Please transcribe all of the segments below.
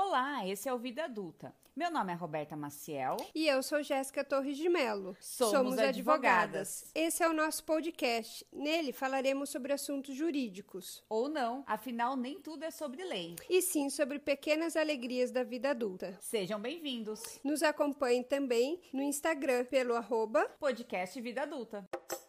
Olá, esse é o Vida Adulta. Meu nome é Roberta Maciel. E eu sou Jéssica Torres de Mello. Somos advogadas. Esse é o nosso podcast. Nele falaremos sobre assuntos jurídicos. Ou não, afinal nem tudo é sobre lei. E sim sobre pequenas alegrias da vida adulta. Sejam bem-vindos. Nos acompanhem também no Instagram pelo @podcast Vida Adulta.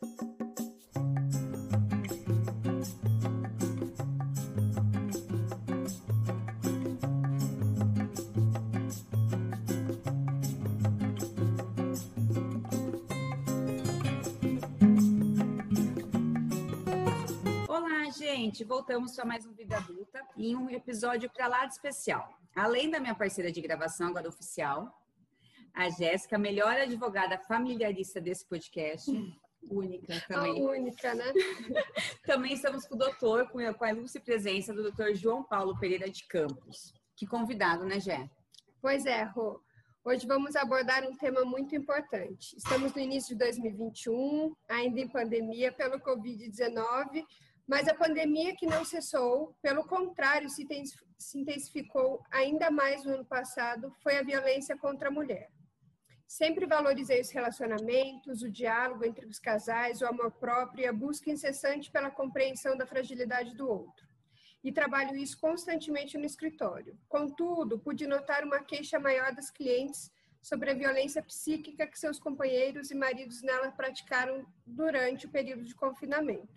Gente, voltamos para mais um Vida Adulta em um episódio para lá de especial. Além da minha parceira de gravação, agora oficial, a Jéssica, melhor advogada familiarista desse podcast, única também. A única, né? Também estamos com o doutor, com a ilustre presença do doutor João Paulo Pereira de Campos. Que convidado, né, Jé? Pois é, Rô. Hoje vamos abordar um tema muito importante. Estamos no início de 2021, ainda em pandemia pelo Covid-19, mas a pandemia que não cessou, pelo contrário, se intensificou ainda mais no ano passado, foi a violência contra a mulher. Sempre valorizei os relacionamentos, o diálogo entre os casais, o amor próprio e a busca incessante pela compreensão da fragilidade do outro. E trabalho isso constantemente no escritório. Contudo, pude notar uma queixa maior das clientes sobre a violência psíquica que seus companheiros e maridos nela praticaram durante o período de confinamento.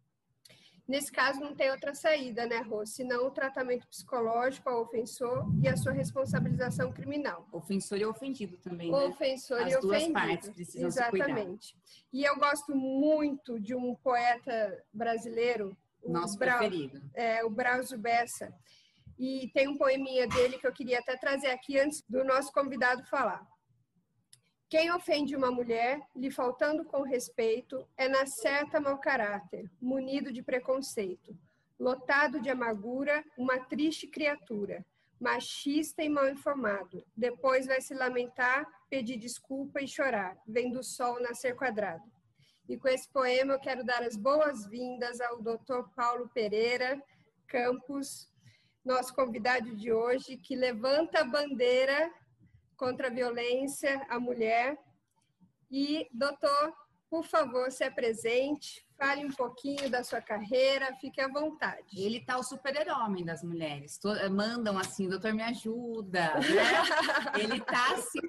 Nesse caso, não tem outra saída, né, Rô? Senão o tratamento psicológico ao ofensor e a sua responsabilização criminal. Ofensor e ofendido também, né? Ofensor e ofendido. As duas partes precisam se cuidar. Exatamente. E eu gosto muito de um poeta brasileiro, nosso preferido. O Braulio Bessa. E tem um poeminha dele que eu queria até trazer aqui antes do nosso convidado falar. Quem ofende uma mulher, lhe faltando com respeito, é na certa mau caráter, munido de preconceito, lotado de amargura, uma triste criatura, machista e mal informado. Depois vai se lamentar, pedir desculpa e chorar, vendo o sol nascer quadrado. E com esse poema eu quero dar as boas-vindas ao Dr. Paulo Pereira Campos, nosso convidado de hoje, que levanta a bandeira contra a violência à mulher. E, doutor, por favor, se apresente, fale um pouquinho da sua carreira, fique à vontade. Ele tá o super-herói das mulheres. Mandam assim, doutor, me ajuda, né? Ele tá assim...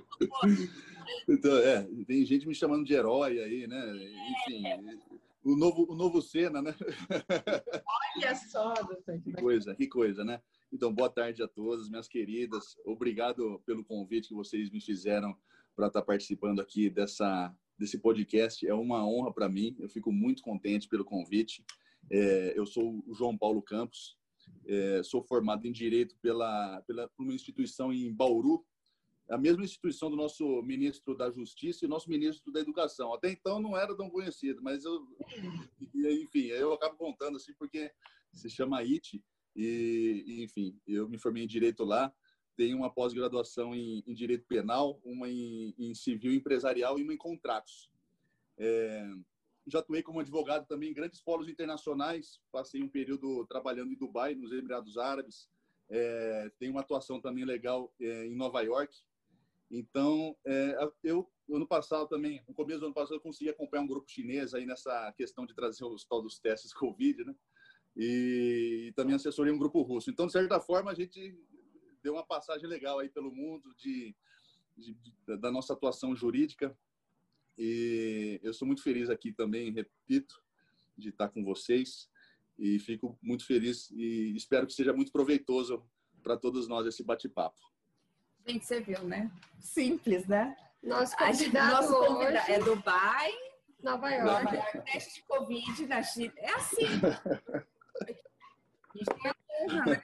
Então, tem gente me chamando de herói aí, né? Enfim, o novo Senna, né? Olha só, doutor. Que coisa, né? Então, boa tarde a todas, minhas queridas. Obrigado pelo convite que vocês me fizeram para estar participando aqui desse podcast. É uma honra para mim. Eu fico muito contente pelo convite. Eu sou o João Paulo Campos. Sou formado em Direito por uma instituição em Bauru, a mesma instituição do nosso ministro da Justiça e nosso ministro da Educação. Até então não era tão conhecido, mas enfim, eu acabo contando assim porque se chama IT. E, enfim, eu me formei em Direito lá, tenho uma pós-graduação em Direito Penal, uma em Civil Empresarial e uma em Contratos. Já atuei como advogado também em grandes polos internacionais, passei um período trabalhando em Dubai, nos Emirados Árabes, tenho uma atuação também legal em Nova York. Então, ano passado também, no começo do ano passado, eu consegui acompanhar um grupo chinês aí nessa questão de trazer os tal dos testes Covid, né? E também assessorei um grupo russo. Então, de certa forma, a gente deu uma passagem legal aí pelo mundo da nossa atuação jurídica. E eu sou muito feliz aqui também, repito, de estar com vocês. E fico muito feliz e espero que seja muito proveitoso para todos nós esse bate-papo. Gente, você viu, né? Simples, né? Nosso convidado hoje é Dubai, Nova York. Teste de Covid na China. É assim. A gente tem a honra, né?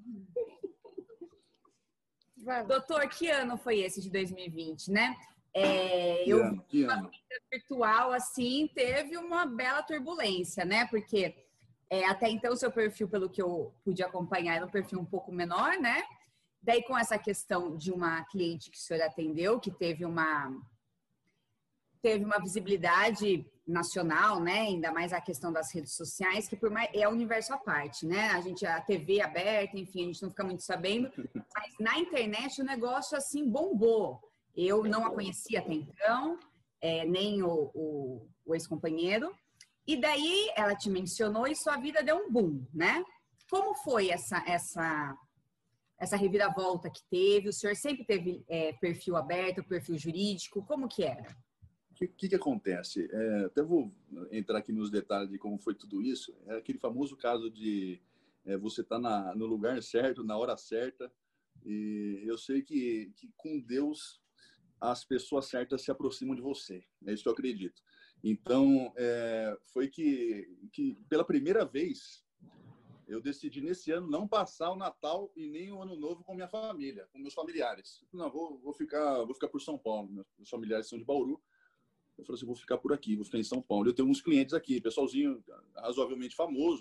Doutor, que ano foi esse de 2020, né? Que ano? Virtual, assim, teve uma bela turbulência, né? Porque até então o seu perfil, pelo que eu pude acompanhar, era um perfil um pouco menor, né? Daí, com essa questão de uma cliente que o senhor atendeu, que teve uma visibilidade nacional, né? Ainda mais a questão das redes sociais, que por mais é o universo à parte, né? A TV aberta, enfim, a gente não fica muito sabendo, mas na internet o negócio assim bombou. Eu não a conhecia até então, nem o ex-companheiro. E daí ela te mencionou e sua vida deu um boom, né? Como foi essa reviravolta que teve? O senhor sempre teve perfil aberto, perfil jurídico? Como que era? O que acontece? Até vou entrar aqui nos detalhes de como foi tudo isso. É aquele famoso caso de você estar no lugar certo, na hora certa. E eu sei que com Deus as pessoas certas se aproximam de você. É isso que eu acredito. Então, foi que pela primeira vez eu decidi nesse ano não passar o Natal e nem o Ano Novo com minha família, com meus familiares. Não, vou ficar por São Paulo. Meus familiares são de Bauru. Eu falei assim, vou ficar por aqui, vou ficar em São Paulo. Eu tenho uns clientes aqui, pessoalzinho razoavelmente famoso.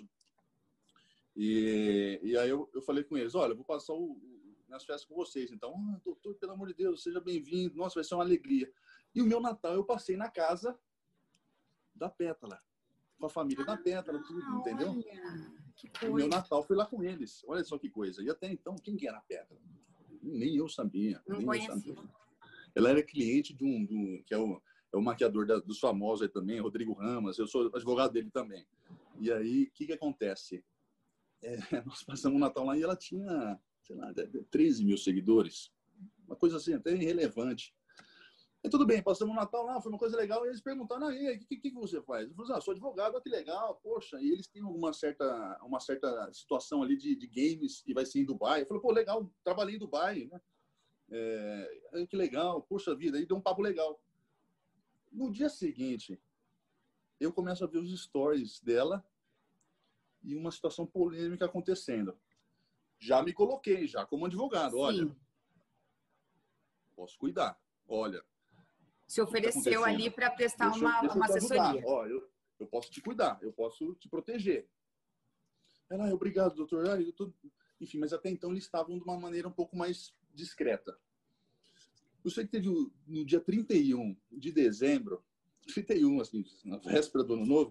E aí eu falei com eles, olha, eu vou passar nas festas com vocês. Então, doutor, pelo amor de Deus, seja bem-vindo. Nossa, vai ser uma alegria. E o meu Natal eu passei na casa da Pétala, com a família da Pétala, tudo, entendeu? Olha, que coisa. O meu Natal foi lá com eles. Olha só que coisa. E até então, quem que era a Pétala? Nem eu sabia. Não conhecia. Ela era cliente de um que é o maquiador dos famosos aí também, Rodrigo Ramos. Eu sou advogado dele também. E aí, o que acontece? Nós passamos o Natal lá e ela tinha, sei lá, 13 mil seguidores. Uma coisa assim, até irrelevante. E tudo bem, passamos o Natal lá, foi uma coisa legal. E eles perguntaram, e aí, o que você faz? Eu falei, sou advogado, que legal, poxa. E eles têm uma certa situação ali de games que vai ser em Dubai. Eu falei, pô, legal, trabalhei em Dubai, né? Que legal, poxa vida. Aí deu um papo legal. No dia seguinte, eu começo a ver os stories dela e uma situação polêmica acontecendo. Já me coloquei, já como advogado. Sim. Olha, posso cuidar. Olha, se ofereceu ali para prestar uma assessoria. Ó, eu posso te cuidar, eu posso te proteger. Ela, obrigado, doutor. Enfim, mas até então eles estavam de uma maneira um pouco mais discreta. Eu sei que teve no dia 31 de dezembro, 31, assim, na véspera do Ano Novo,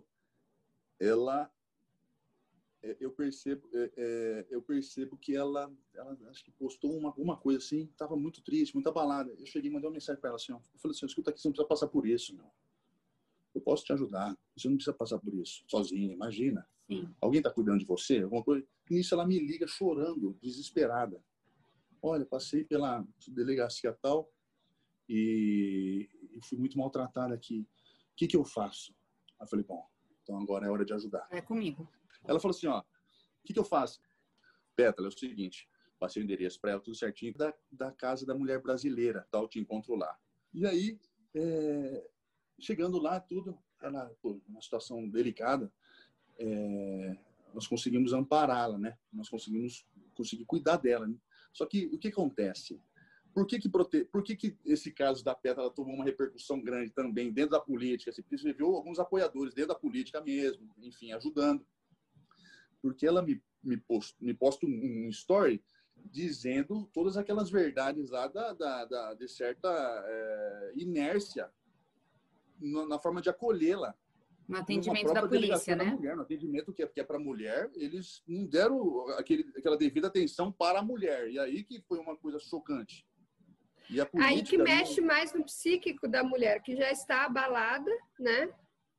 eu percebo que ela acho que postou uma coisa assim, estava muito triste, muito abalada. Eu cheguei e mandei uma mensagem para ela assim, eu falei assim, escuta aqui, você não precisa passar por isso, não. Eu posso te ajudar, você não precisa passar por isso, sozinha, imagina. Sim. Alguém está cuidando de você, alguma coisa. E nisso ela me liga chorando, desesperada. Olha, passei pela delegacia tal e fui muito maltratada aqui. O que eu faço? Aí eu falei, bom, então agora é hora de ajudar. É comigo. Ela falou assim, ó, o que eu faço? Pétala, é o seguinte, passei o endereço para ela, tudo certinho, da casa da mulher brasileira, tal, te encontro lá. E aí, chegando lá, tudo, ela, uma situação delicada, nós conseguimos ampará-la, né? Nós conseguir cuidar dela. Né? Só que o que acontece? Por que esse caso da Pétala tomou uma repercussão grande também dentro da política? Porque você viu alguns apoiadores dentro da política mesmo, enfim, ajudando. Porque ela me posta um story dizendo todas aquelas verdades lá de certa inércia na forma de acolhê-la. No atendimento da polícia, né? Mulher, no atendimento que é para a mulher, eles não deram aquela devida atenção para a mulher. E aí que foi uma coisa chocante. E a política, aí que mexe mais no psíquico da mulher, que já está abalada, né?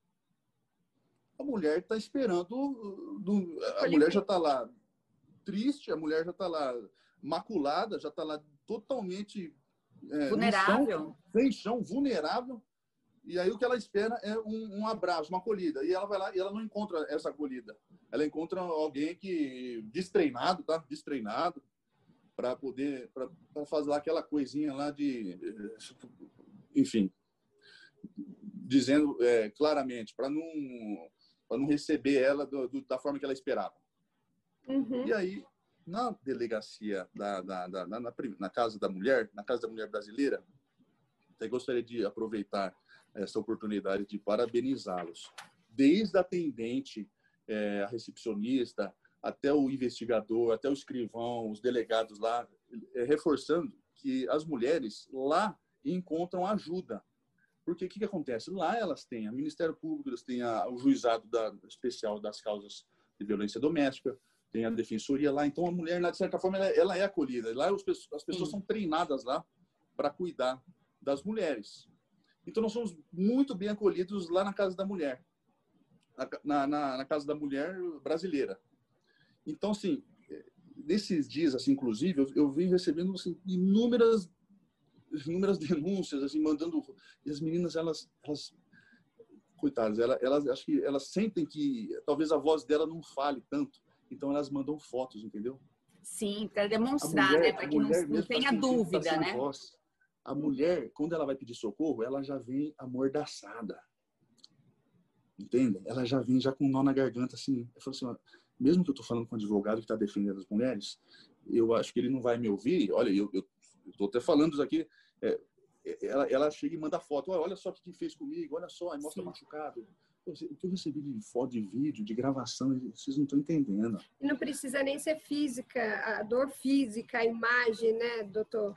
A mulher está esperando, a mulher já está lá triste, a mulher já está lá maculada, já está lá totalmente vulnerável, sem chão, vulnerável. E aí o que ela espera é um abraço, uma acolhida. E ela vai lá e ela não encontra essa acolhida. Ela encontra alguém que destreinado, tá? Destreinado, para poder para fazer lá aquela coisinha lá enfim, dizendo claramente para não receber ela da forma que ela esperava. Uhum. E aí, na delegacia na casa da mulher brasileira, até gostaria de aproveitar essa oportunidade de parabenizá-los. Desde a atendente, a recepcionista, até o investigador, até o escrivão, os delegados lá, reforçando que as mulheres lá encontram ajuda. Porque o que acontece? Lá elas têm o Ministério Público, elas têm o juizado especial das causas de violência doméstica, tem a defensoria lá. Então, a mulher, lá, de certa forma, ela é acolhida. Lá as pessoas são treinadas lá para cuidar das mulheres. Então, nós somos muito bem acolhidos lá na Casa da Mulher, na Casa da Mulher brasileira. Então, assim, nesses dias, assim, inclusive, eu vim recebendo assim, inúmeras denúncias, assim, mandando... E as meninas, elas coitadas, acho que elas sentem que talvez a voz dela não fale tanto. Então, elas mandam fotos, entendeu? Sim, para demonstrar, né? Para que não tenha dúvida, tá né? Voz. A mulher, quando ela vai pedir socorro, ela já vem amordaçada. Entende? Ela já vem já com um nó na garganta, assim. Eu falo assim, ó, mesmo que eu tô falando com um advogado que está defendendo as mulheres, eu acho que ele não vai me ouvir. Olha, eu tô até falando isso aqui. Ela chega e manda foto. Olha só o que fez comigo. Olha só, aí mostra machucado. O que eu recebi de foto, de vídeo, de gravação, vocês não estão entendendo. E não precisa nem ser física, a dor física, a imagem, né, doutor?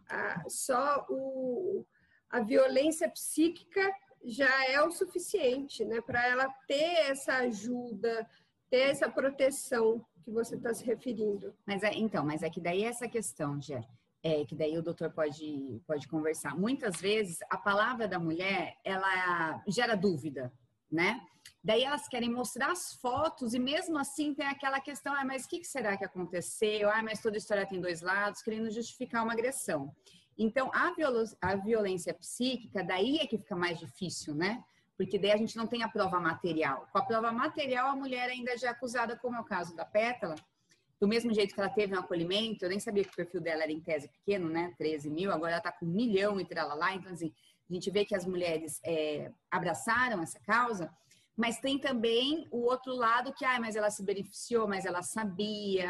Só a violência psíquica já é o suficiente, né, para ela ter essa ajuda, ter essa proteção que você está se referindo. Mas é que daí essa questão, Gé, que daí o doutor pode conversar. Muitas vezes a palavra da mulher, ela gera dúvida, né? Daí elas querem mostrar as fotos e mesmo assim tem aquela questão, mas o que será que aconteceu? Mas toda história tem dois lados, querendo justificar uma agressão. Então, a violência psíquica, daí é que fica mais difícil, né? Porque daí a gente não tem a prova material. Com a prova material, a mulher ainda já é acusada, como é o caso da Pétala, do mesmo jeito que ela teve um acolhimento. Eu nem sabia que o perfil dela era em tese pequeno, né? 13 mil, agora ela está com 1 milhão e tralalá. Então, assim, a gente vê que as mulheres abraçaram essa causa, mas tem também o outro lado que, mas ela se beneficiou, mas ela sabia,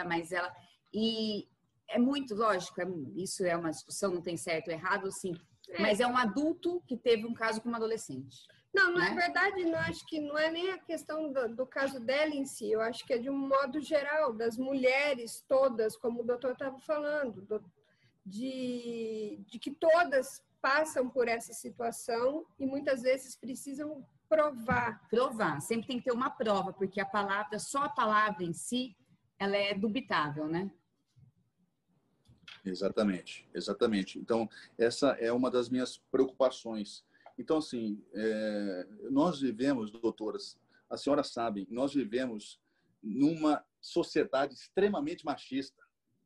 E é muito lógico, isso é uma discussão, não tem certo ou errado, sim, mas é um adulto que teve um caso com uma adolescente. Não, na verdade, não acho que não é nem a questão do caso dela em si, eu acho que é de um modo geral, das mulheres todas, como o doutor estava falando, de que todas passam por essa situação e muitas vezes precisam provar. Sempre tem que ter uma prova, porque só a palavra em si, ela é dubitável, né? Exatamente. Então, essa é uma das minhas preocupações. Então, assim, nós vivemos, doutoras, as senhoras sabem, nós vivemos numa sociedade extremamente machista,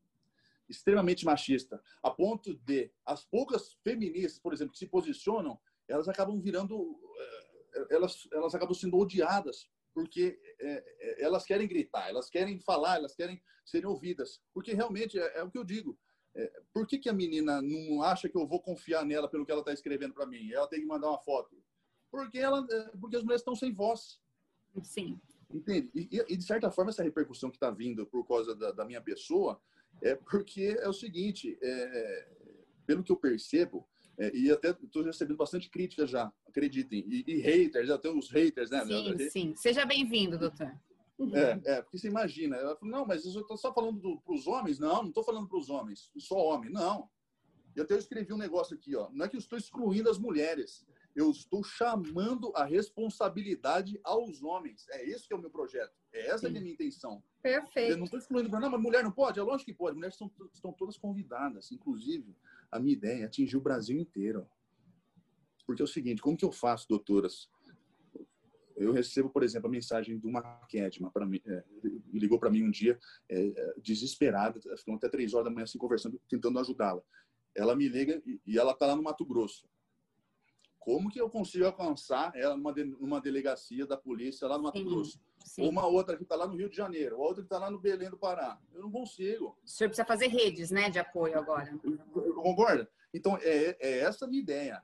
a ponto de as poucas feministas, por exemplo, que se posicionam, elas acabam virando, elas acabam sendo odiadas, porque elas querem gritar, elas querem falar, elas querem serem ouvidas, porque realmente é o que eu digo. Por que a menina não acha que eu vou confiar nela pelo que ela está escrevendo para mim? Ela tem que mandar uma foto. Porque as mulheres estão sem voz. Sim. Entende? E de certa forma, essa repercussão que está vindo por causa da minha pessoa é porque é o seguinte, pelo que eu percebo, e até estou recebendo bastante crítica já, acreditem, e haters, até os haters, né? Sim. Seja bem-vindo, doutor. Porque você imagina, ela falou, não, mas eu estou só falando para os homens? Não estou falando para os homens, só homem, não. Eu até escrevi um negócio aqui, ó, não é que eu estou excluindo as mulheres, eu estou chamando a responsabilidade aos homens. É esse que é o meu projeto, essa é a minha intenção. Perfeito. Eu não estou excluindo, não, mas mulher não pode? É lógico que pode, mulheres estão todas convidadas, inclusive a minha ideia é atingir o Brasil inteiro. Porque é o seguinte, como que eu faço, doutoras? Eu recebo, por exemplo, a mensagem de uma Kedma para mim, ligou para mim um dia, desesperada, ficou até 3 horas da manhã assim, conversando, tentando ajudá-la. Ela me liga e ela está lá no Mato Grosso. Como que eu consigo alcançar ela numa delegacia da polícia lá no Mato Grosso? Sim. Ou uma outra que está lá no Rio de Janeiro, ou outra que está lá no Belém do Pará. Eu não consigo. O senhor precisa fazer redes, né, de apoio agora. Concorda? Então, essa a minha ideia.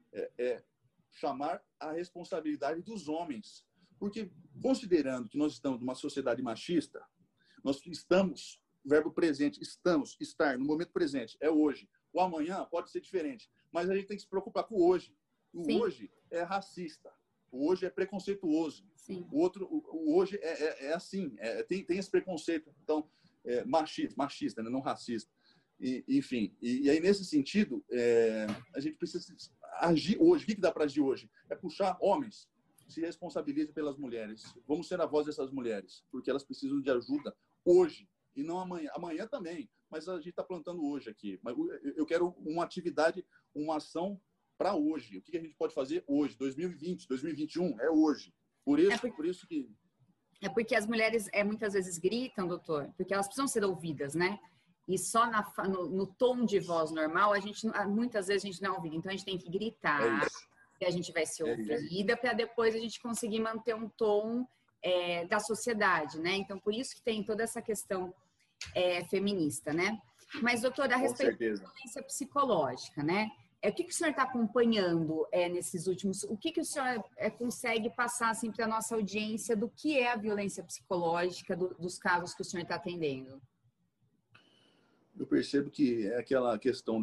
Chamar a responsabilidade dos homens. Porque, considerando que nós estamos numa sociedade machista, nós estamos, verbo presente, estar no momento presente, é hoje. O amanhã pode ser diferente, mas a gente tem que se preocupar com o hoje. O hoje é racista, o hoje é preconceituoso, o hoje é assim, tem esse preconceito, então, machista, né? Não racista. Enfim, e aí nesse sentido, a gente precisa agir hoje. O que dá para agir hoje? É puxar homens, se responsabilizem pelas mulheres. Vamos ser a voz dessas mulheres, porque elas precisam de ajuda hoje e não amanhã. Amanhã também, mas a gente está plantando hoje aqui. Mas eu quero uma atividade, uma ação para hoje. O que a gente pode fazer hoje? 2020, 2021 é hoje. Por isso que... É porque as mulheres muitas vezes gritam, doutor, porque elas precisam ser ouvidas, né? E só no tom de voz normal, muitas vezes a gente não é ouvida. Então, a gente tem que gritar, que a gente vai ser ouvida, para depois a gente conseguir manter um tom da sociedade, né? Então, por isso que tem toda essa questão feminista, né? Mas, doutora, a respeito da violência psicológica, né? O que o senhor está acompanhando nesses últimos... O que o senhor consegue passar assim, para a nossa audiência do que é a violência psicológica, dos casos que o senhor está atendendo? Eu percebo que é aquela questão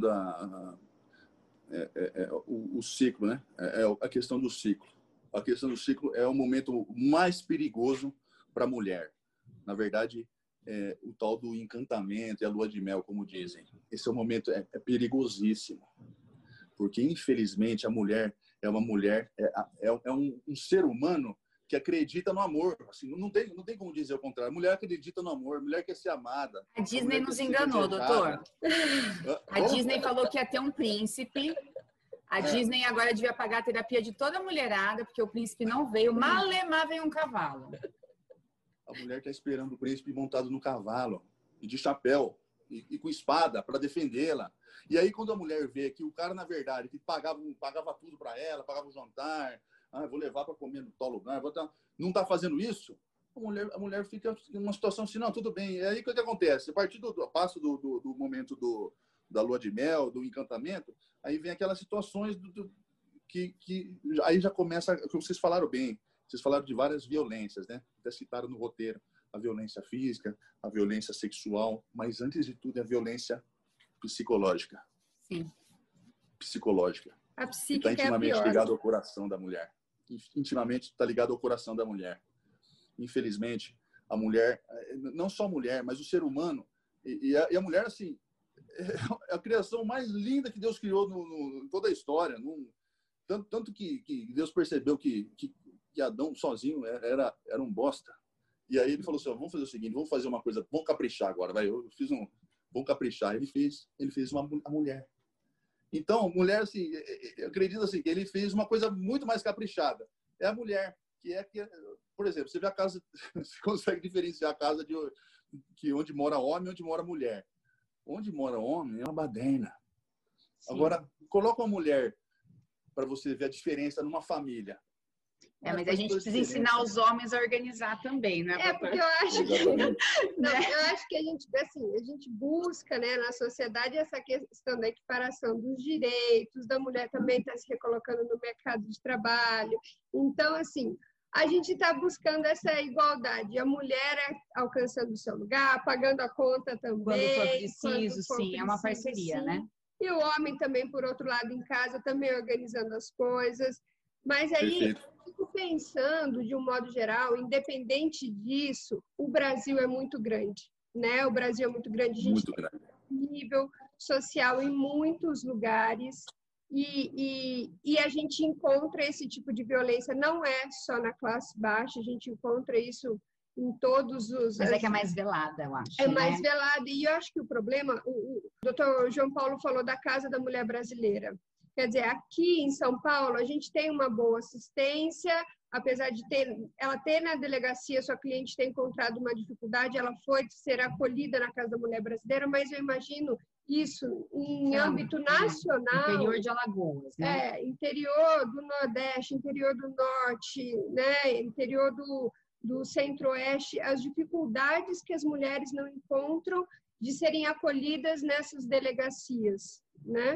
o ciclo, né? A questão do ciclo. A questão do ciclo é o momento mais perigoso para a mulher. Na verdade, o tal do encantamento e a lua de mel, como dizem. Esse é um momento perigosíssimo. Porque, infelizmente, a mulher é uma mulher, um ser humano que acredita no amor. Assim, não tem como dizer o contrário. A mulher acredita no amor, a mulher quer ser amada. A Disney nos enganou, doutor. A Disney falou que ia ter um príncipe. A Disney agora devia pagar a terapia de toda a mulherada, porque o príncipe não veio. Malemar veio um cavalo. A mulher está esperando o príncipe montado no cavalo, e de chapéu, e com espada para defendê-la. E aí, quando a mulher vê que o cara, na verdade, que pagava tudo para ela, pagava o jantar, vou levar para comer no tal lugar, não está fazendo isso, a mulher fica numa situação assim, não, tudo bem. E aí, o que acontece? A partir do momento da lua de mel, do encantamento, aí vem aquelas situações que aí já começa, como vocês falaram bem, vocês falaram de várias violências, né? Até citaram no roteiro a violência física, a violência sexual, mas antes de tudo é a violência psicológica. Sim. Psicológica. A psíquica está intimamente é a pior. ligado ao coração da mulher. Intimamente está ligado ao coração da mulher. Infelizmente, a mulher, não só a mulher, mas o ser humano, e a mulher, assim, é a criação mais linda que Deus criou em toda a história. Tanto que Deus percebeu que Adão sozinho era um bosta. E aí ele falou assim, vamos fazer o seguinte, vamos fazer uma coisa, vamos caprichar agora, vamos caprichar. Ele fez a mulher. Então, mulher, assim, eu acredito assim, que ele fez uma coisa muito mais caprichada. É a mulher, por exemplo, você vê a casa, você consegue diferenciar a casa onde mora homem e onde mora mulher. Onde mora homem é uma baderna. Sim. Agora, coloca uma mulher para você ver a diferença numa família. Mas a gente precisa ensinar os homens a organizar também, né? Porque eu acho que a gente busca, né, na sociedade essa questão da equiparação dos direitos, da mulher também está se recolocando no mercado de trabalho. Então, assim, a gente está buscando essa igualdade. A mulher alcançando o seu lugar, pagando a conta também. Quando for preciso, sim. É uma parceria, sim. Né? E o homem também, por outro lado, em casa, também organizando as coisas. Mas aí, eu fico pensando, de um modo geral, independente disso, o Brasil é muito grande, né? O Brasil é muito grande. A gente tem nível social em muitos lugares e a gente encontra esse tipo de violência, não é só na classe baixa, a gente encontra isso em todos os... Mas que é mais velada, eu acho. É mais velada. E eu acho que o problema... O doutor João Paulo falou da Casa da Mulher Brasileira. Quer dizer, aqui em São Paulo, a gente tem uma boa assistência, apesar de ela ter na delegacia, sua cliente ter encontrado uma dificuldade, ela foi ser acolhida na Casa da Mulher Brasileira, mas eu imagino isso em âmbito nacional. Interior de Alagoas, né? Interior do Nordeste, interior do Norte, né? Interior do Centro-Oeste, as dificuldades que as mulheres não encontram de serem acolhidas nessas delegacias, né?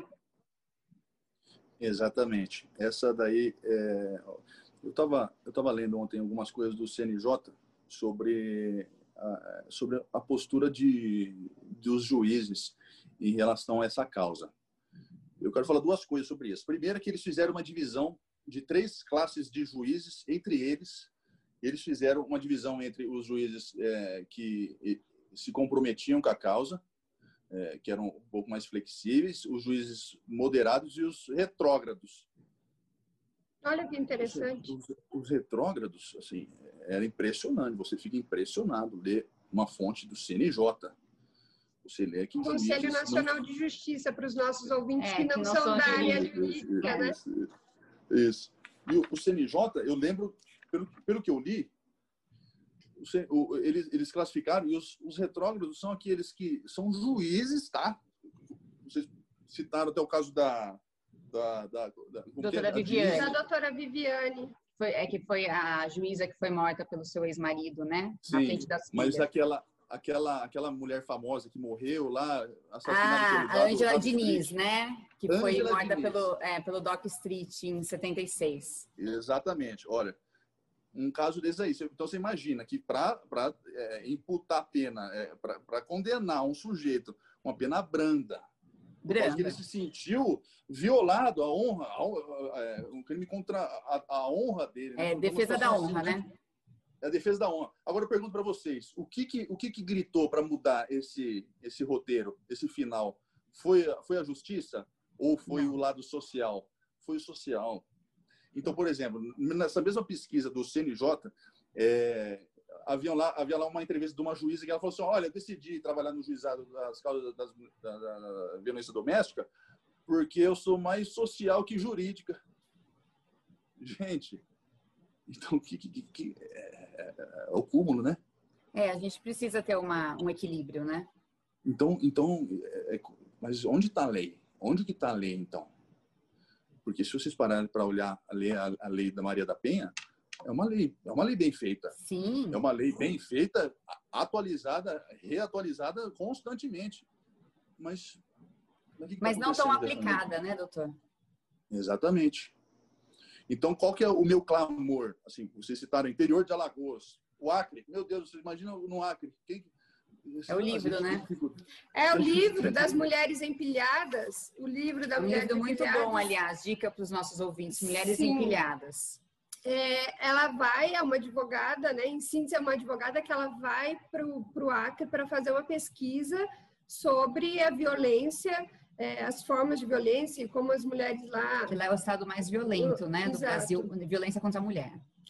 Exatamente. Essa daí, eu estava lendo ontem algumas coisas do CNJ sobre a postura dos juízes em relação a essa causa. Eu quero falar duas coisas sobre isso. Primeiro, que eles fizeram uma divisão de 3 classes de juízes. Entre eles fizeram uma divisão entre os juízes que se comprometiam com a causa, que eram um pouco mais flexíveis, os juízes moderados e os retrógrados. Olha que interessante. Os retrógrados, assim, era impressionante. Você fica impressionado ler uma fonte do CNJ. Você lê que Conselho Nacional de Justiça, para os nossos ouvintes que não são da área jurídica, né? Isso. E o CNJ, eu lembro, pelo que eu li, eles classificaram, e os retrógrados são aqueles que são juízes, tá? Vocês citaram até o caso da doutora Viviane. Da doutora Viviane. Que foi a juíza que foi morta pelo seu ex-marido, né? Sim, na frente das filhas. Mas aquela mulher famosa que morreu lá, assassinada a Ângela Diniz, né? Que foi morta pelo Dock Street em 76. Exatamente. Olha, um caso desse aí. Então, você imagina que para imputar pena, para condenar um sujeito com uma pena branda, porque ele se sentiu violado, um crime contra a honra dele. Né? Defesa da honra, né? É a defesa da honra. Agora eu pergunto para vocês, o que gritou para mudar esse roteiro, esse final? Foi a justiça ou foi o lado social? Foi o social. Então, por exemplo, nessa mesma pesquisa do CNJ, havia lá uma entrevista de uma juíza que ela falou assim, olha, eu decidi trabalhar no juizado das causas da violência doméstica porque eu sou mais social que jurídica. Gente, então é o cúmulo, né? A gente precisa ter um equilíbrio, né? Então, mas onde está a lei? Onde que está a lei, então? Porque se vocês pararem para olhar a lei da Maria da Penha, é uma lei bem feita. Sim. É uma lei bem feita, atualizada, reatualizada constantemente. Mas não tão aplicada, né, doutor? Exatamente. Então, qual que é o meu clamor? Assim, vocês citaram o interior de Alagoas, o Acre. Meu Deus, vocês imaginam no Acre? É o livro, né? É o livro das mulheres empilhadas. O livro da mulher empilhada. Muito bom, aliás. Dica para os nossos ouvintes. Mulheres empilhadas. Ela é uma advogada, né? Em síntese, é uma advogada que ela vai para o Acre para fazer uma pesquisa sobre a violência, as formas de violência e como as mulheres lá... Que lá é o estado mais violento, né? Do Brasil, violência contra a mulher.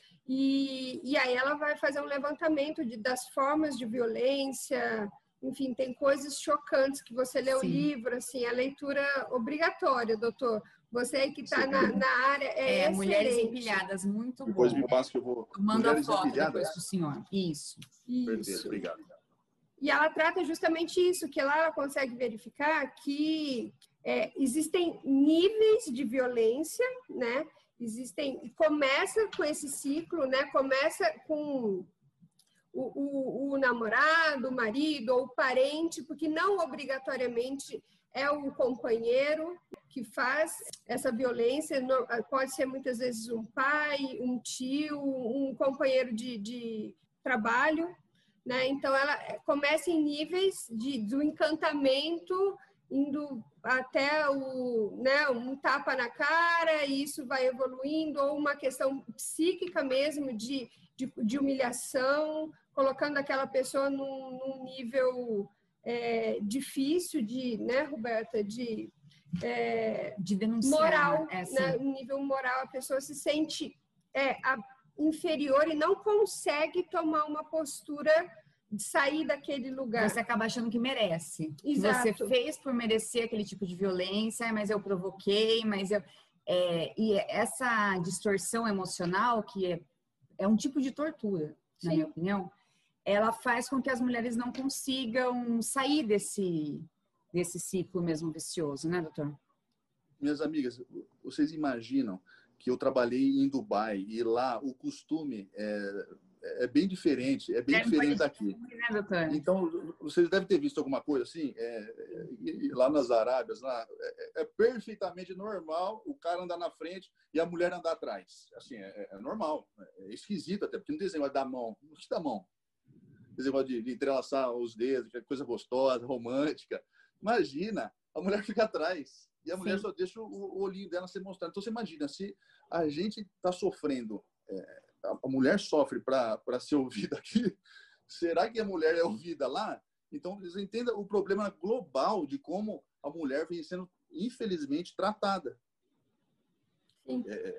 E aí ela vai fazer um levantamento das formas de violência, enfim, tem coisas chocantes que você lê o livro, assim, a leitura obrigatória, doutor. Você aí que está na área, Mulheres Empilhadas, muito bom. Depois me passa que eu vou... Manda a foto depois para o senhor. Isso. Perfeito, obrigado. E ela trata justamente isso, que lá ela consegue verificar que existem níveis de violência, né? Começa com esse ciclo, né? Começa com o namorado, o marido ou o parente, porque não obrigatoriamente é o companheiro que faz essa violência, pode ser muitas vezes um pai, um tio, um companheiro de trabalho, né? Então ela começa em níveis do encantamento, indo até um tapa na cara, e isso vai evoluindo, ou uma questão psíquica mesmo de humilhação, colocando aquela pessoa num nível difícil né, Roberta, de denunciar, moral, né? Um nível moral, a pessoa se sente inferior e não consegue tomar uma postura de sair daquele lugar. Você acaba achando que merece. Exato. Você fez por merecer aquele tipo de violência, mas eu provoquei, e essa distorção emocional, que é um tipo de tortura, na minha opinião, ela faz com que as mulheres não consigam sair desse ciclo mesmo vicioso, né, doutor? Minhas amigas, vocês imaginam que eu trabalhei em Dubai e lá o costume é bem diferente, diferente daqui. Né, doutor? Então, vocês devem ter visto alguma coisa assim, lá nas Arábias, lá, é perfeitamente normal o cara andar na frente e a mulher andar atrás. Assim, é normal, é esquisito até, porque não tem esse negócio da mão. O que dá mão? Esse negócio de entrelaçar os dedos, que é coisa gostosa, romântica. Imagina, a mulher fica atrás e a mulher só deixa o olhinho dela ser mostrado. Então, você imagina, se a gente está sofrendo... a mulher sofre para ser ouvida aqui, será que a mulher é ouvida lá? Então, vocês entendam o problema global de como a mulher vem sendo, infelizmente, tratada. Sim.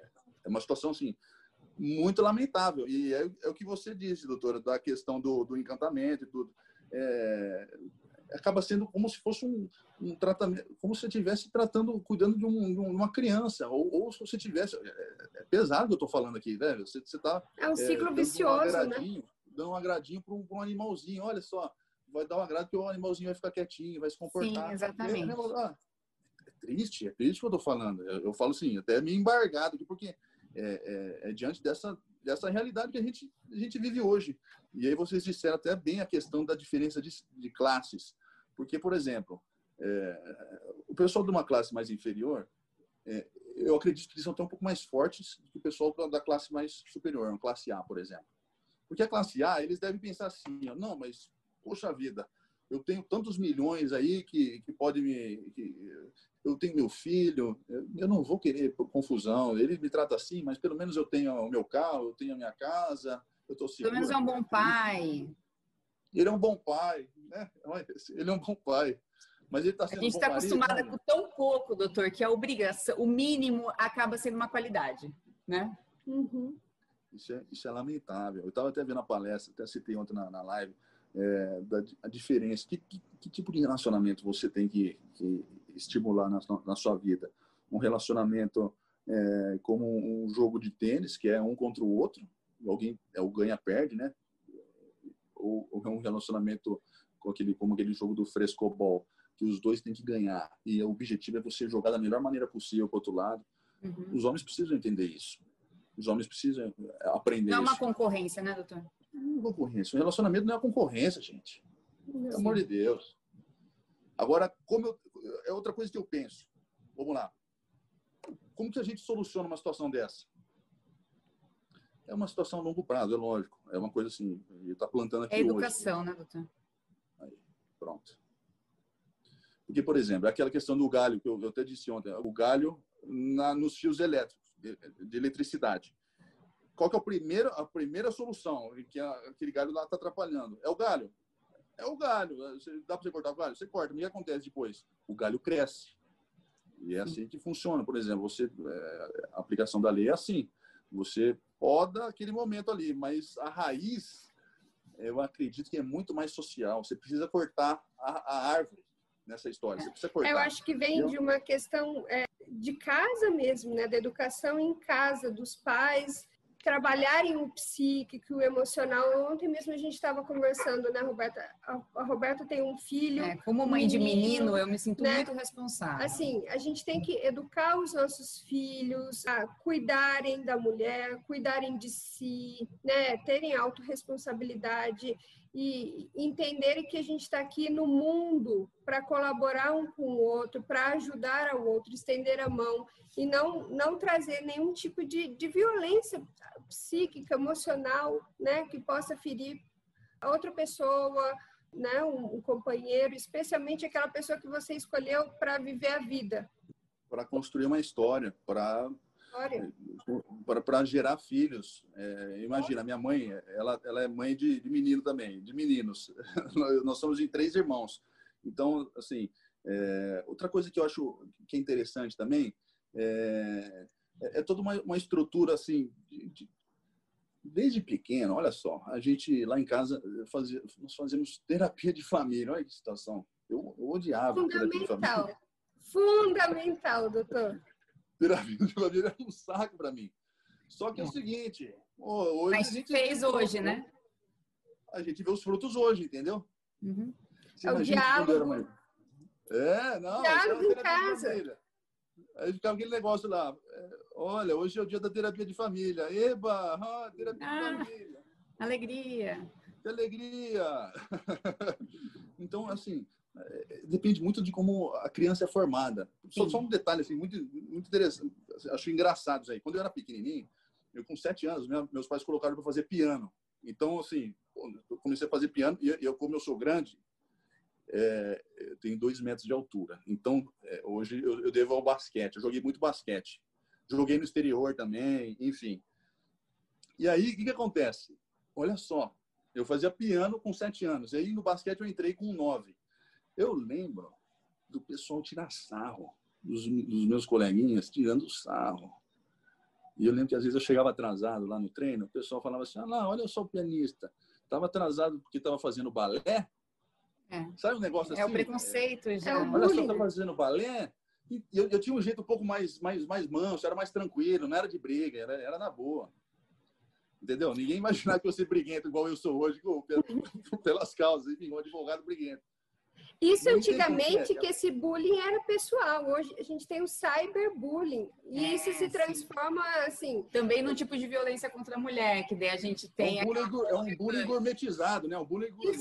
É uma situação, assim, muito lamentável. E é o que você disse, doutora, da questão do encantamento e tudo. Acaba sendo como se fosse um tratamento, como se você estivesse cuidando de uma criança, ou se você tivesse... É pesado o que eu estou falando aqui, né? Você está É um ciclo vicioso, né? Dando um agradinho para um animalzinho. Olha só, vai dar um agrado que o animalzinho vai ficar quietinho, vai se comportar. Sim, exatamente. É triste que eu estou falando. Eu falo assim, até meio embargado aqui, porque é diante dessa realidade que a gente vive hoje. E aí vocês disseram até bem a questão da diferença de classes. Porque, por exemplo, o pessoal de uma classe mais inferior, eu acredito que eles são até um pouco mais fortes do que o pessoal da classe mais superior, uma classe A, por exemplo. Porque a classe A, eles devem pensar assim, ó, não, mas, poxa vida, eu tenho tantos milhões aí que pode eu tenho meu filho, eu não vou querer confusão, ele me trata assim, mas pelo menos eu tenho o meu carro, eu tenho a minha casa, eu estou seguro. Pelo menos é um bom pai. Ele é um bom pai, né? Ele é um bom pai. Mas ele está sendo a gente está acostumada com tão pouco, doutor, que a obrigação, o mínimo acaba sendo uma qualidade, né? Uhum. Isso é lamentável. Eu estava até vendo a palestra, até citei ontem na live, a diferença. Que tipo de relacionamento você tem que estimular na sua vida? Um relacionamento como um jogo de tênis, que é um contra o outro, alguém é o ganha-perde, né? Ou um relacionamento como aquele jogo do frescobol, que os dois têm que ganhar. E o objetivo é você jogar da melhor maneira possível para o outro lado. Uhum. Os homens precisam entender isso. Os homens precisam aprender isso. Não é uma concorrência, né, doutor? Não é concorrência. O relacionamento não é concorrência, gente. Pelo amor de Deus. Agora, é outra coisa que eu penso. Vamos lá. Como que a gente soluciona uma situação dessa? É uma situação a longo prazo, é lógico. É uma coisa assim, ele está plantando aqui hoje. É educação, né, doutor? Aí, pronto. Porque, por exemplo, aquela questão do galho, que eu até disse ontem, o galho nos fios elétricos, de eletricidade. Qual que é a primeira solução que aquele galho lá está atrapalhando? É o galho. É o galho. Dá para você cortar o galho? Você corta. Mas o que acontece depois? O galho cresce. E é assim que funciona. Por exemplo, a aplicação da lei é assim. Você poda aquele momento ali, mas a raiz, eu acredito que é muito mais social. Você precisa cortar a árvore nessa história. Você precisa cortar. Eu acho que vem de uma questão de casa mesmo, né? Da educação em casa, dos pais trabalharem o psíquico, o emocional. Ontem mesmo a gente estava conversando, né, Roberta? A Roberta tem um filho. Como mãe de menino, eu me sinto muito responsável. Assim, a gente tem que educar os nossos filhos a cuidarem da mulher, cuidarem de si, né? Terem autorresponsabilidade e entenderem que a gente está aqui no mundo para colaborar um com o outro, para ajudar ao outro, estender a mão e não trazer nenhum tipo de violência psíquica, emocional, né, que possa ferir a outra pessoa, né, um companheiro, especialmente aquela pessoa que você escolheu para viver a vida. Para construir uma história, para gerar filhos. Imagina, minha mãe, ela é mãe de menino também, de meninos. Nós somos de 3 irmãos. Então, assim, outra coisa que eu acho que é interessante também é toda uma estrutura, assim, desde pequeno, olha só, a gente lá em casa, nós fazemos terapia de família. Olha que situação. Eu odiava terapia de família. Fundamental, doutor. Terapia de família é um saco para mim. Só que é o seguinte, hoje mas a gente fez hoje, né? A gente vê os frutos hoje, entendeu? Uhum. É o diálogo. Não. Diálogo em casa. Aí ficava aquele negócio lá. Olha, hoje é o dia da terapia de família. Eba! Terapia de família. Alegria. Que alegria! Então, assim, depende muito de como a criança é formada. Só um detalhe, assim, muito, muito interessante. Acho engraçado isso aí. Quando eu era pequenininho, eu com 7 anos, meus pais colocaram para fazer piano. Então, assim, eu comecei a fazer piano e como eu sou grande, eu tenho 2 metros de altura. Então, hoje eu devo ao basquete. Eu joguei muito basquete. Joguei no exterior também, enfim. E aí, o que acontece? Olha só, eu fazia piano com 7 anos. E aí, no basquete, eu entrei com 9. Eu lembro do pessoal tirar sarro, dos meus coleguinhas tirando sarro. E eu lembro que às vezes eu chegava atrasado lá no treino, o pessoal falava assim, ah lá, olha só o pianista, estava atrasado porque estava fazendo balé. Sabe um negócio assim? É o preconceito já. Olha só, tá fazendo balé. E eu tinha um jeito um pouco mais manso, era mais tranquilo, não era de briga, era na boa. Entendeu? Ninguém imaginava que eu ser briguento igual eu sou hoje, pelas causas, enfim, um advogado briguento. Isso antigamente que esse bullying era pessoal. Hoje a gente tem o cyberbullying. E isso se transforma assim. Também num tipo de violência contra a mulher, que daí a gente tem. É um bullying gourmetizado, né? Um bullying gourmet,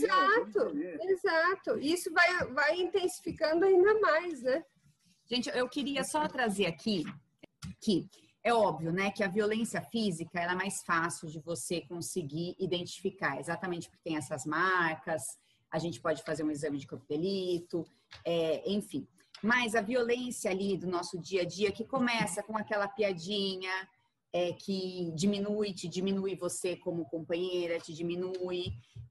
exato. Isso vai intensificando ainda mais, né? Gente, eu queria só trazer aqui que é óbvio, né, que a violência física ela é mais fácil de você conseguir identificar, exatamente porque tem essas marcas. A gente pode fazer um exame de corpo de delito, enfim. Mas a violência ali do nosso dia a dia, que começa com aquela piadinha que te diminui você como companheira, te diminui,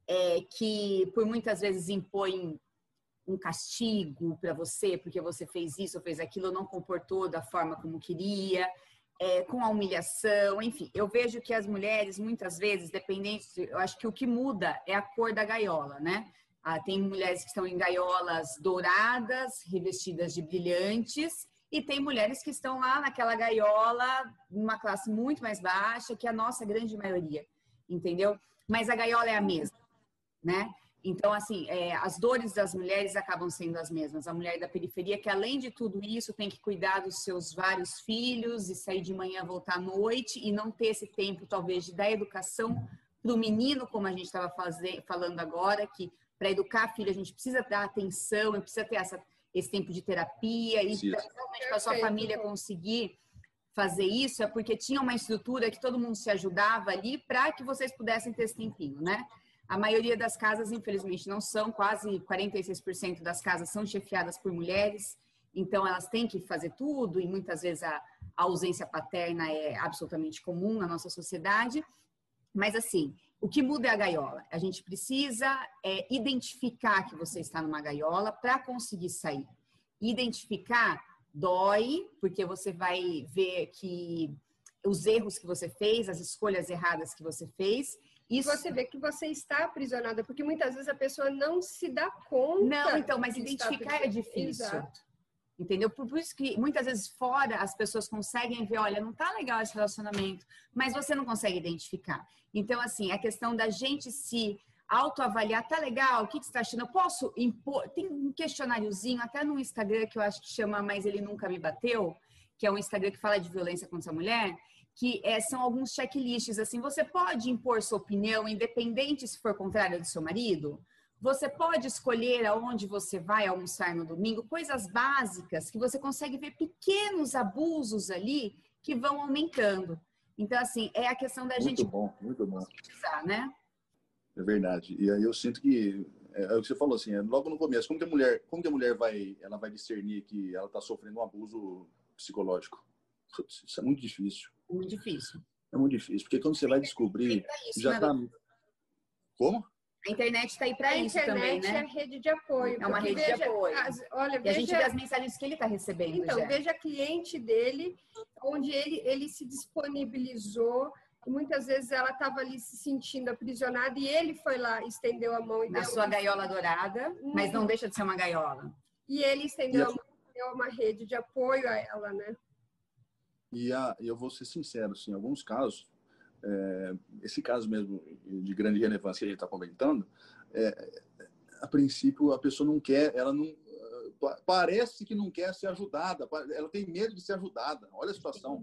que por muitas vezes impõe um castigo para você, porque você fez isso ou fez aquilo, não comportou da forma como queria, com a humilhação, enfim. Eu vejo que as mulheres, muitas vezes, eu acho que o que muda é a cor da gaiola, né? Tem mulheres que estão em gaiolas douradas, revestidas de brilhantes, e tem mulheres que estão lá naquela gaiola, numa classe muito mais baixa, que é a nossa grande maioria, entendeu? Mas a gaiola é a mesma, né? Então, assim, as dores das mulheres acabam sendo as mesmas. A mulher da periferia, que além de tudo isso, tem que cuidar dos seus vários filhos e sair de manhã, voltar à noite, e não ter esse tempo, talvez, de dar educação para o menino, como a gente estava falando agora, que para educar a filha, a gente precisa dar atenção, precisa ter esse tempo de terapia, e principalmente para a sua família conseguir fazer isso, é porque tinha uma estrutura que todo mundo se ajudava ali para que vocês pudessem ter esse tempinho, né? A maioria das casas, infelizmente, não são, quase 46% das casas são chefiadas por mulheres, então elas têm que fazer tudo, e muitas vezes a ausência paterna é absolutamente comum na nossa sociedade, mas assim, o que muda é a gaiola. A gente precisa identificar que você está numa gaiola para conseguir sair. Identificar dói, porque você vai ver que os erros que você fez, as escolhas erradas que você fez. Isso... Você vê que você está aprisionada, porque muitas vezes a pessoa não se dá conta. Não, então, mas identificar é difícil. Exato. Entendeu? Por isso que muitas vezes fora as pessoas conseguem ver, olha, não tá legal esse relacionamento, mas você não consegue identificar. Então, assim, a questão da gente se autoavaliar, tá legal, o que você está achando? Eu posso impor? Tem um questionáriozinho até no Instagram que eu acho que chama Mas Ele Nunca Me Bateu, que é um Instagram que fala de violência contra a mulher, que são alguns checklists, assim, você pode impor sua opinião, independente se for contrária do seu marido? Você pode escolher aonde você vai almoçar no domingo, coisas básicas que você consegue ver pequenos abusos ali que vão aumentando. Então, assim, é a questão da gente... Muito bom. Precisar, né? É verdade. E aí eu sinto que, é o que você falou, assim, logo no começo, como que a mulher vai discernir que ela está sofrendo um abuso psicológico? Isso é muito difícil. Muito difícil. É muito difícil, porque quando você vai descobrir, já está... Como? A internet está aí para isso também, né? A internet é a rede de apoio. É uma rede de apoio. E a gente vê as mensagens que ele está recebendo. Então, veja a cliente dele, onde ele se disponibilizou, e muitas vezes ela estava ali se sentindo aprisionada, e ele foi lá, estendeu a mão. Na sua gaiola dourada, mas não deixa de ser uma gaiola. E ele estendeu a mão e deu uma rede de apoio a ela, né? E eu vou ser sincero, assim, em alguns casos, esse caso mesmo de grande relevância que a gente está comentando, a princípio a pessoa não quer, ela não parece que não quer ser ajudada, ela tem medo de ser ajudada. Olha a situação.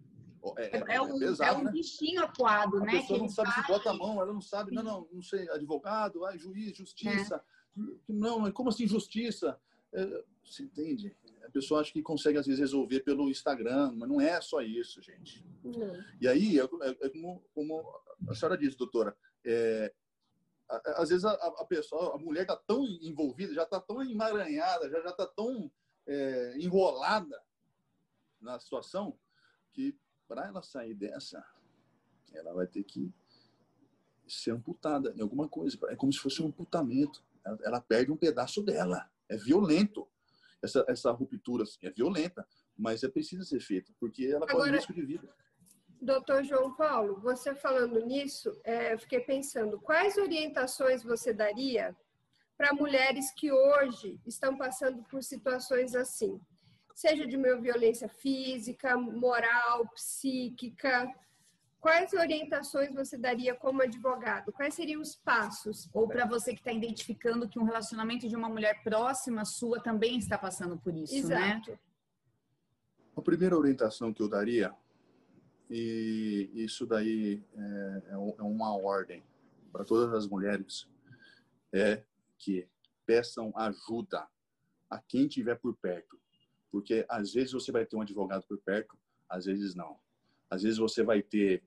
É um bichinho acuado, né? A pessoa não sabe se bota a mão, ela não sabe, não sei, advogado, juiz, justiça. Não, como assim justiça? Você entende? A pessoa acha que consegue, às vezes, resolver pelo Instagram, mas não é só isso, gente. Não. E aí, como a senhora disse, doutora, às vezes a mulher está tão envolvida, já está tão emaranhada, já está tão enrolada na situação, que para ela sair dessa, ela vai ter que ser amputada em alguma coisa. É como se fosse um amputamento. Ela perde um pedaço dela. É violento. Essa ruptura assim, é violenta, mas precisa ser feita, porque ela corre risco de vida. Doutor João Paulo, você falando nisso, eu fiquei pensando, quais orientações você daria para mulheres que hoje estão passando por situações assim? Seja de uma violência física, moral, psíquica. Quais orientações você daria como advogado? Quais seriam os passos? Ou para você que está identificando que um relacionamento de uma mulher próxima sua também está passando por isso, Exato. né? A primeira orientação que eu daria, e isso daí é uma ordem para todas as mulheres, é que peçam ajuda a quem estiver por perto. Porque às vezes você vai ter um advogado por perto, às vezes não. Às vezes você vai ter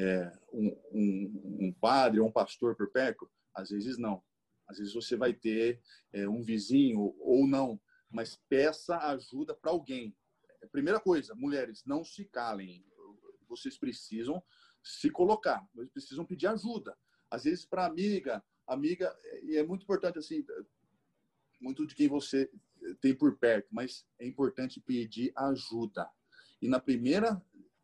um padre ou um pastor por perto, às vezes não. Às vezes você vai ter um vizinho ou não, mas peça ajuda para alguém. Primeira coisa, mulheres, não se calem. Vocês precisam se colocar, vocês precisam pedir ajuda. Às vezes para amiga, e é muito importante assim, muito de quem você tem por perto, mas é importante pedir ajuda. E na primeira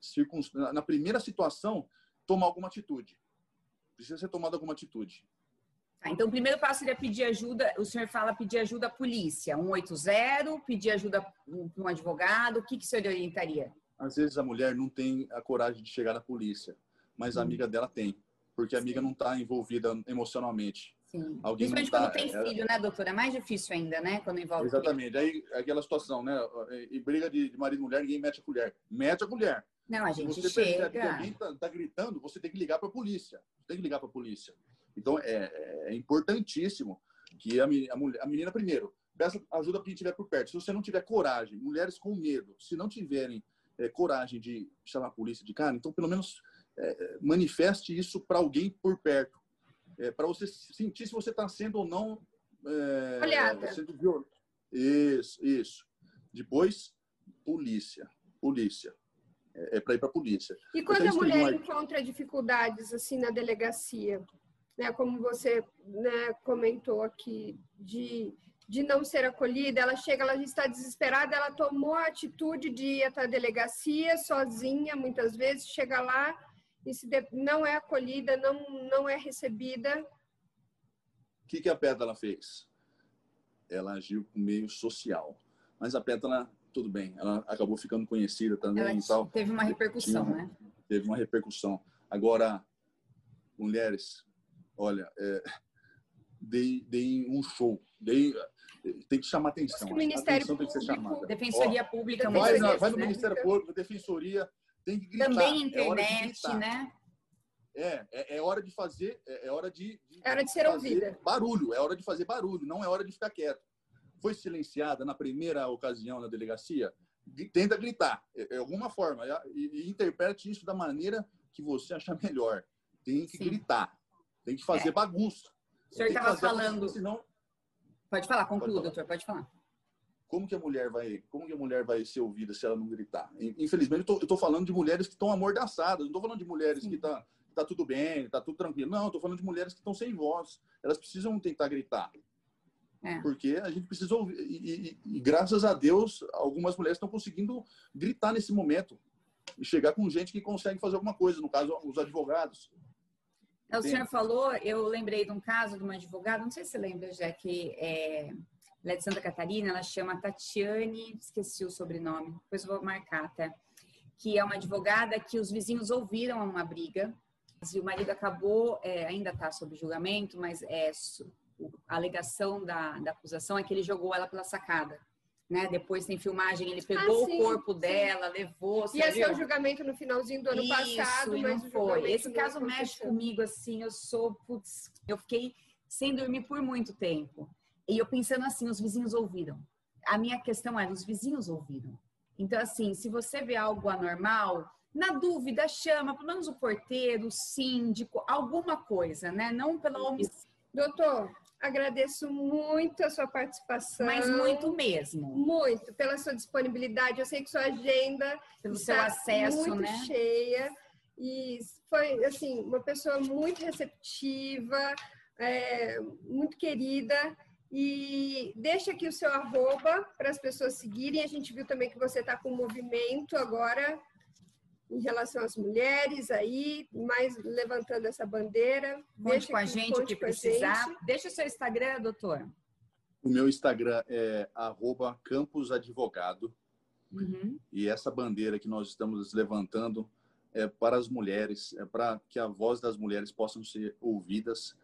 situação, tomar alguma atitude. Precisa ser tomada alguma atitude. Então, o primeiro passo seria pedir ajuda. O senhor fala pedir ajuda à polícia, 180, pedir ajuda para um advogado. O que o senhor orientaria? Às vezes a mulher não tem a coragem de chegar na polícia, mas a amiga dela tem, porque a amiga não está envolvida emocionalmente. Sim. Alguém Principalmente não tá, quando tem filho, né, doutora? É mais difícil ainda, né? Quando envolve exatamente. filho. Aí aquela situação, né? E briga de marido e mulher, ninguém mete a colher. Mete a colher. Não, a gente Se você percebe que chega. alguém tá gritando, você tem que ligar para a polícia. Tem que ligar para a polícia. Então, é importantíssimo que a menina, primeiro, peça ajuda para quem estiver por perto. Se você não tiver coragem, mulheres com medo, se não tiverem coragem de chamar a polícia de cara, então, pelo menos, manifeste isso para alguém por perto. Para você sentir se você está sendo ou não sendo violento. Isso. Depois, polícia. É para ir para a polícia. E quando a mulher encontra dificuldades assim na delegacia, né, como você, né, comentou aqui, de não ser acolhida, ela chega, ela já está desesperada, ela tomou a atitude de ir até a delegacia sozinha, muitas vezes, chega lá e não é acolhida, não é recebida. O que a Pétala fez? Ela agiu com meio social. Mas a Pétala, tudo bem, ela acabou ficando conhecida também. Ela e tal. Teve uma repercussão, né? Teve uma repercussão. Agora, mulheres, olha, deem um show. Tem que chamar atenção. O Ministério Público, tem que ser chamada. Defensoria Pública. Vai no Ministério Público, Defensoria, tem que gritar. Também internet, né? É hora de fazer, é hora de ser ouvida. Barulho, é hora de fazer barulho, não é hora de ficar quieto. Foi silenciada na primeira ocasião na delegacia, tenta gritar, de alguma forma, e interprete isso da maneira que você achar melhor. Tem que gritar, tem que fazer bagunça. O senhor estava falando... Senão... Pode falar, conclua, doutor, pode falar. Como que a mulher vai ser ouvida se ela não gritar? Infelizmente, eu estou falando de mulheres que estão amordaçadas, não estou falando de mulheres que tá tudo bem, tá tudo tranquilo. Não, estou falando de mulheres que estão sem voz. Elas precisam tentar gritar. Porque a gente precisa ouvir. E graças a Deus, algumas mulheres estão conseguindo gritar nesse momento. E chegar com gente que consegue fazer alguma coisa. No caso, os advogados. O senhor falou, eu lembrei de um caso de uma advogada, não sei se você lembra, já que ela é de Santa Catarina, ela chama Tatiane, esqueci o sobrenome, depois eu vou marcar, tá? Que é uma advogada que os vizinhos ouviram uma briga, e o marido acabou, ainda está sob julgamento, mas a alegação da acusação é que ele jogou ela pela sacada, né? Depois tem filmagem, ele pegou o corpo dela, levou... Ia ser o julgamento no finalzinho do ano passado, mas não foi. Esse caso mexe comigo, assim, eu fiquei sem dormir por muito tempo. E eu pensando assim, os vizinhos ouviram. A minha questão era, os vizinhos ouviram. Então, assim, se você vê algo anormal... Na dúvida, chama, pelo menos o porteiro, o síndico, alguma coisa, né? Não pela omissão. Doutor, agradeço muito a sua participação. Mas muito mesmo. Muito, pela sua disponibilidade. Eu sei que sua agenda pelo seu acesso, muito cheia. E foi, assim, uma pessoa muito receptiva, muito querida. E deixa aqui o seu @ para as pessoas seguirem. A gente viu também que você está com um movimento agora... em relação às mulheres aí, mais levantando essa bandeira. Conte com a gente o que precisar. Deixa o seu Instagram, doutor. O meu Instagram é @camposadvogado. E essa bandeira que nós estamos levantando é para as mulheres, é para que a voz das mulheres possam ser ouvidas.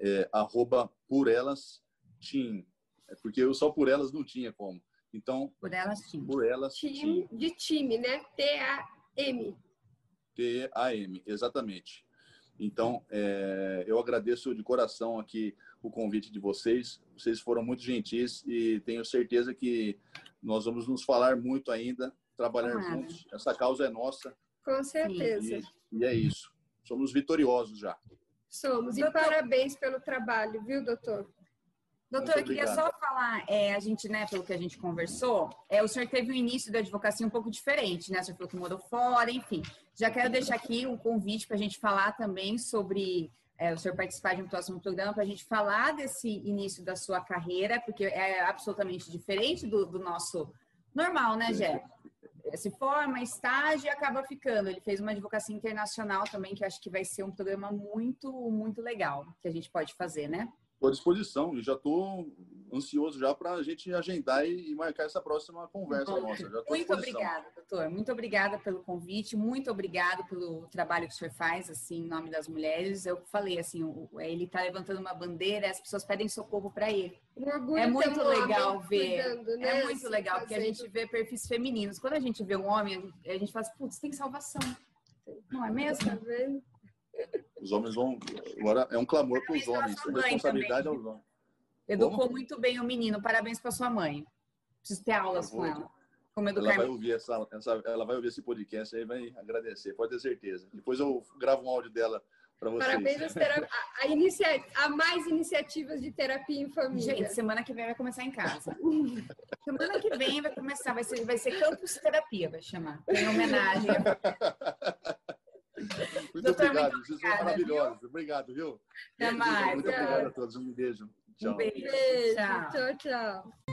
@PorElasTeam. Porque eu só por elas não tinha como. Então, por elas Team. Por elas Team. De time, né? TAM. TAM, exatamente. Então, eu agradeço de coração aqui o convite de vocês. Vocês foram muito gentis e tenho certeza que nós vamos nos falar muito ainda, trabalhar juntos. Essa causa é nossa. Com certeza. E é isso. Somos vitoriosos já. Somos. E parabéns pelo trabalho, viu, doutor? Doutor, eu queria só falar, a gente, né, pelo que a gente conversou, o senhor teve um início da advocacia um pouco diferente, né? O senhor falou que morou fora, enfim. Já quero deixar aqui um convite para a gente falar também sobre o senhor participar de um próximo programa, para a gente falar desse início da sua carreira, porque é absolutamente diferente do nosso normal, né, Gé? Se forma, estágio e acaba ficando. Ele fez uma advocacia internacional também, que eu acho que vai ser um programa muito, muito legal que a gente pode fazer, né? Estou à disposição e já estou ansioso já para a gente agendar e marcar essa próxima conversa nossa. Já muito obrigada, doutor. Muito obrigada pelo convite, muito obrigada pelo trabalho que o senhor faz, assim, em nome das mulheres. Eu falei, assim, ele está levantando uma bandeira, as pessoas pedem socorro para ele. É muito legal ver. Cuidando, né? É muito legal, porque a gente vê perfis femininos. Quando a gente vê um homem, a gente fala, putz, tem salvação. Não é mesmo? Tá vendo? Os homens vão... Agora é um clamor para os homens. A responsabilidade é aos homens. Educou muito bem o menino. Parabéns para sua mãe. Preciso ter aulas com ela. Como educar. Ela vai ouvir ela vai ouvir esse podcast aí e vai agradecer. Pode ter certeza. Depois eu gravo um áudio dela para vocês. Parabéns a mais iniciativas de terapia em família. Gente, semana que vem vai começar em casa. Semana que vem vai começar. Vai ser Campus Terapia, vai chamar. Em homenagem. Muito obrigado, vocês são maravilhosos. Obrigado, viu? Até mais. Muito obrigado a todos. Um beijo. Tchau. Um beijo. Tchau, tchau.